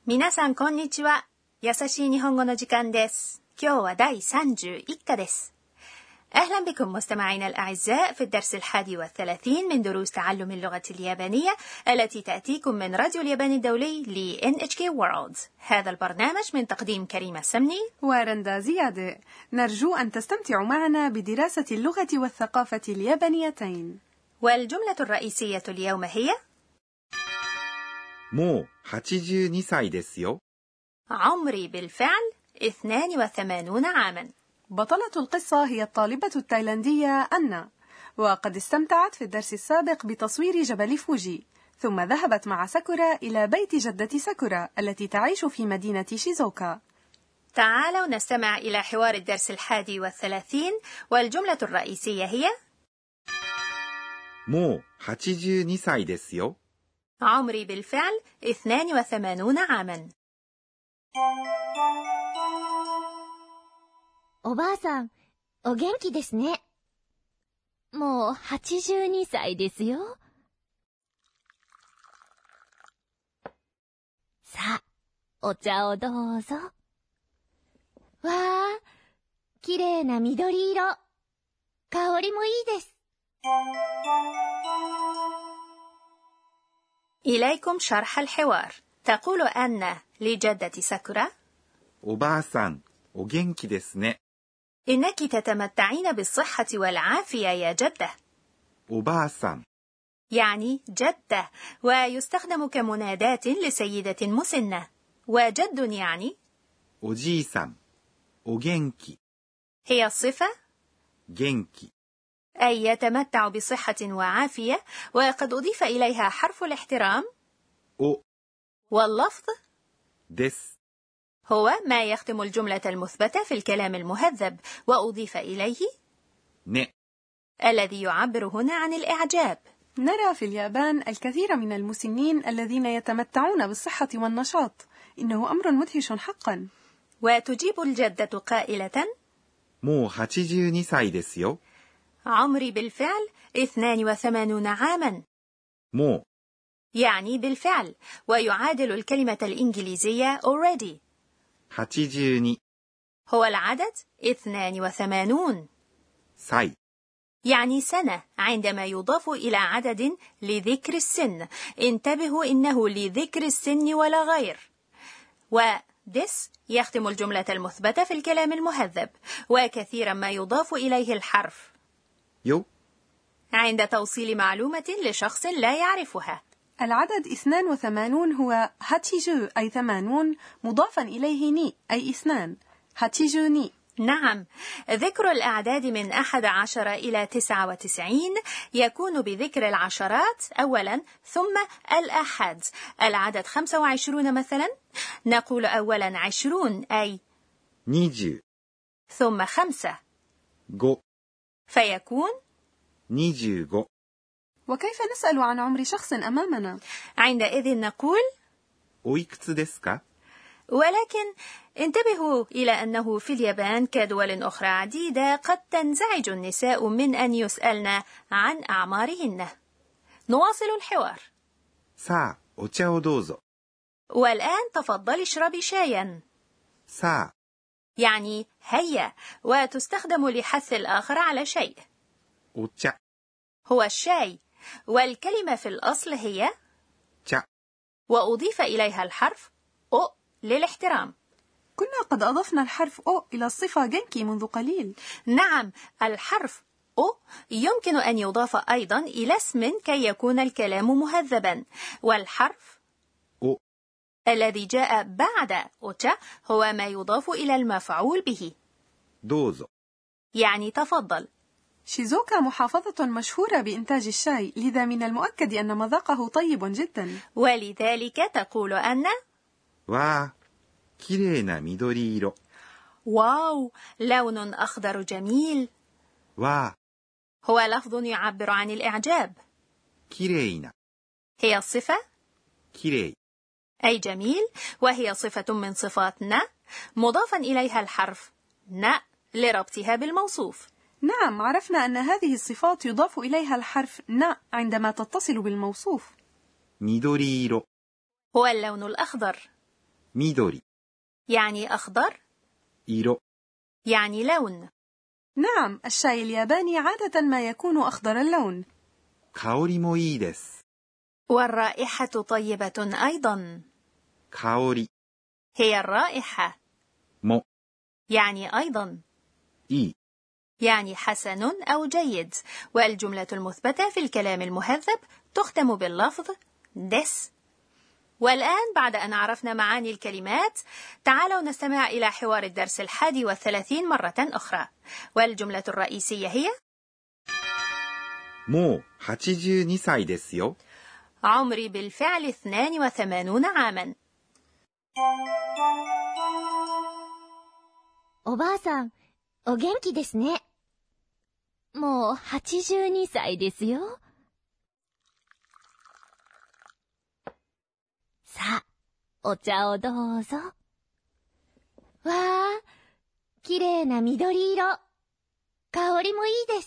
皆さんこんにちは。優しい日本語の時間です。今日は第31課です。أهلا بكم مستمعينا الأعزاء في الدرس 31 من دروس تعلم اللغة اليابانية التي تأتيكم من راديو اليابان الدولي ل NHK World. هذا البرنامج من تقديم كريمة السمني ورندا زيادة. نرجو أن تستمتعوا معنا بدراسة اللغة والثقافة اليابانيتين. والجملة الرئيسية اليوم هي もう82歳ですよ. عمري بالفعل 82 عاما. بطلة القصة هي الطالبة التايلاندية أنا، وقد استمتعت في الدرس السابق بتصوير جبل فوجي، ثم ذهبت مع ساكورا إلى بيت جدة ساكورا التي تعيش في مدينة شيزوكا. تعالوا نستمع إلى حوار الدرس 31 والجملة الرئيسية هي もう82歳ですよ. عمري بالفعل 82 عاما. おばあさん、お元気ですね。もう82歳ですよ。さあ、お茶をどうぞ。わあ、きれいな緑色。香りもいいです。 إليكم شرح الحوار. تقول أن لجدة ساكورا おばあさん、お元気ですね. إنك تتمتعين بالصحة والعافية يا جدة. おばあさん يعني جدة، ويستخدم كمناداة لسيدة مسنة. وجد يعني おじいさん、お元気 هي الصفة 元気 أي يتمتع بصحة وعافية، وقد أضيف إليها حرف الاحترام お واللفظ です هو ما يختم الجملة المثبتة في الكلام المهذب، وأضيف إليه ね الذي يعبر هنا عن الإعجاب. نرى في اليابان الكثير من المسنين الذين يتمتعون بالصحة والنشاط. إنه أمر مدهش حقا. وتجيب الجدة قائلة もう82歳ですよ. عمري بالفعل 82 عاما. もう يعني بالفعل، ويعادل الكلمة الإنجليزية already. 82 هو العدد 82 歳 يعني سنة عندما يضاف إلى عدد لذكر السن. انتبهوا إنه لذكر السن ولا غير. ودس يختم الجملة المثبتة في الكلام المهذب، وكثيرا ما يضاف إليه الحرف よ عند توصيل معلومة لشخص لا يعرفها. العدد 82 هو هاتشيجو أي 80 مضافا إليه ني أي 2. هاتشيجو ني. نعم، ذكر الأعداد من 11 إلى 99 يكون بذكر العشرات أولا ثم الأحد. العدد 25 مثلا نقول أولا 20 أي 20 ثم 5 5 فيكون 25 وكيف نسأل عن عمر شخص أمامنا؟ عندئذ نقول おいくつですか? ولكن انتبهوا إلى أنه في اليابان كدول أخرى عديدة قد تنزعج النساء من أن يسألن عن أعمارهن. نواصل الحوار. さあ、お茶をどうぞ. والآن تفضل اشربي شايا. さあ يعني هيا، وتستخدم لحث الآخر على شيء. お茶 هو الشاي، والكلمة في الأصل هي 茶 وأضيف إليها الحرف أو للاحترام. كنا قد أضفنا الحرف أو إلى الصفة جنكي منذ قليل. نعم، الحرف أو يمكن أن يضاف أيضا إلى اسم كي يكون الكلام مهذبا، والحرف أو الذي جاء بعد أوتشا هو ما يضاف إلى المفعول به. どうぞ يعني تفضل. شيزوكا محافظة مشهورة بإنتاج الشاي، لذا من المؤكد أن مذاقه طيب جدا. ولذلك تقول أن わあ、きれいな緑色. واو، لون أخضر جميل. わあ هو لفظ يعبر عن الإعجاب. きれいな هي الصفة きれい أي جميل، وهي صفة من صفات نا مضافا إليها الحرف نا لربطها بالموصوف. نعم، عرفنا أن هذه الصفات يضاف إليها الحرف نا عندما تتصل بالموصوف. 緑色 هو اللون الأخضر. 緑 يعني أخضر 色 يعني لون. نعم، الشاي الياباني عادة ما يكون أخضر اللون. 香りもいいです والرائحة طيبة أيضا. 香り هي الرائحة も يعني أيضا いい يعني حسن أو جيد. والجملة المثبتة في الكلام المهذب تختم باللفظ des. والآن بعد أن عرفنا معاني الكلمات تعالوا نستمع إلى حوار الدرس 31 مرة أخرى. والجملة الرئيسية هي もう82歳ですよ عمري بالفعل 82 عاما. おばあさん、お元気ですね。もう82歳ですよ。さあ、お茶をどうぞ。わあ、きれいな緑色。香りもいいです。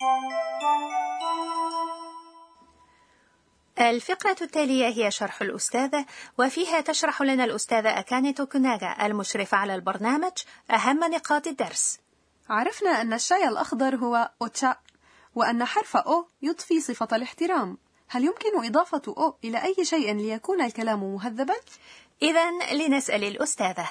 الفقرة التالية هي شرح الأستاذة، وفيها تشرح لنا الأستاذة أكاني توكوناغا المشرفة على البرنامج أهم نقاط الدرس. عرفنا أن الشاي الأخضر هو أوتشا، وأن حرف أو يضفي صفة الاحترام. هل يمكن إضافة أو إلى أي شيء ليكون الكلام مهذبا؟ إذن لنسأل الأستاذة.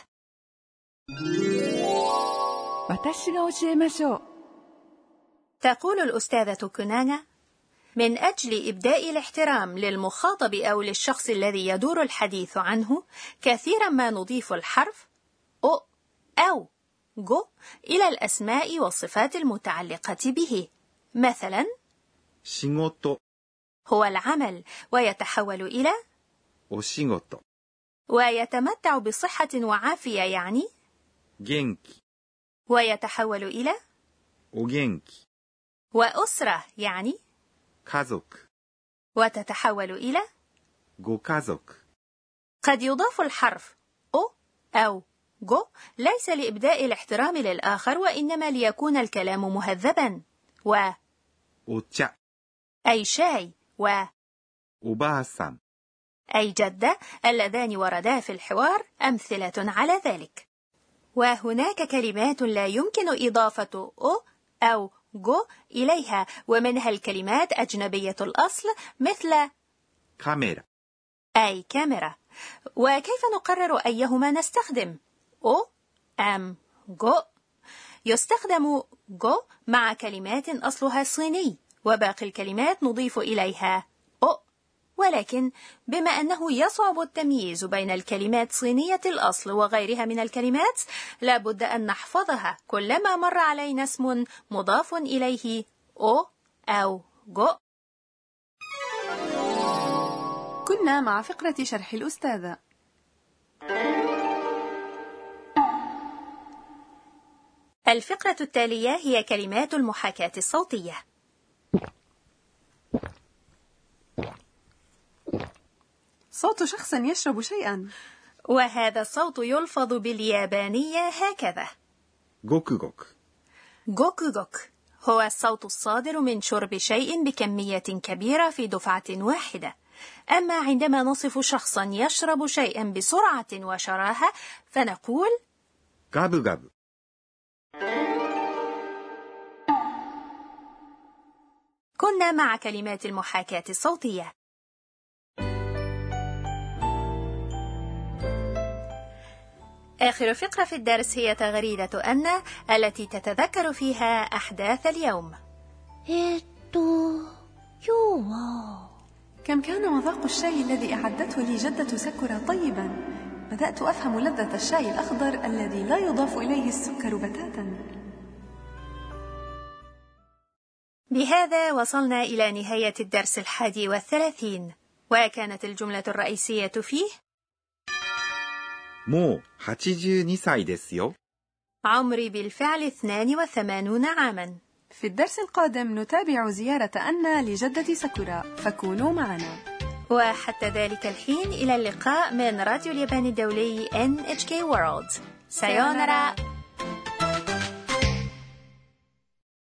私が教えましょう。 تقول الأستاذة توكوناغا: من أجل إبداء الاحترام للمخاطب أو للشخص الذي يدور الحديث عنه كثيرا ما نضيف الحرف أو جو إلى الأسماء والصفات المتعلقة به. مثلا 仕事 هو العمل ويتحول إلى お仕事 ويتمتع بصحة وعافية يعني 元気 ويتحول إلى お元気 وأسرة يعني 家族 وتتحول إلى ご家族 قد يضاف الحرف أو جو ليس لإبداء الاحترام للآخر وإنما ليكون الكلام مهذبا. お茶 أي شاي おばあさん أي جدة اللذان وردا في الحوار أمثلة على ذلك. وهناك كلمات لا يمكن إضافة أو جو إليها، ومنها الكلمات أجنبية الأصل مثل カメラ أي كاميرا. وكيف نقرر أيهما نستخدم أم جو؟ يستخدم جو مع كلمات أصلها صيني وباقي الكلمات نضيف إليها ولكن بما أنه يصعب التمييز بين الكلمات صينية الأصل وغيرها من الكلمات لابد أن نحفظها كلما مر علينا اسم مضاف إليه أو جو. كنا مع فقرة شرح الأستاذة. الفقرة التالية هي كلمات المحاكاة الصوتية. صوت شخص يشرب شيئا، وهذا الصوت يلفظ باليابانية هكذا: ごくごく جوك جوك هو الصوت الصادر من شرب شيء بكمية كبيرة في دفعة واحدة. أما عندما نصف شخصا يشرب شيئا بسرعة وشراهة فنقول ガブガブ كنا مع كلمات المحاكاة الصوتية. آخر فقرة في الدرس هي تغريدة أن التي تتذكر فيها أحداث اليوم. كم كان مذاق الشاي الذي أعدته لي جدة ساكورا طيبا. بدأت أفهم لذة الشاي الأخضر الذي لا يضاف إليه السكر بتاتا. بهذا وصلنا إلى نهاية الدرس 31 وكانت الجملة الرئيسية فيه もう82歳ですよ عمري بالفعل 82 عاما. في الدرس القادم نتابع زيارة أن لجدة ساكورا، فكونوا معنا. وحتى ذلك الحين إلى اللقاء من راديو اليابان الدولي NHK World. سايونارا.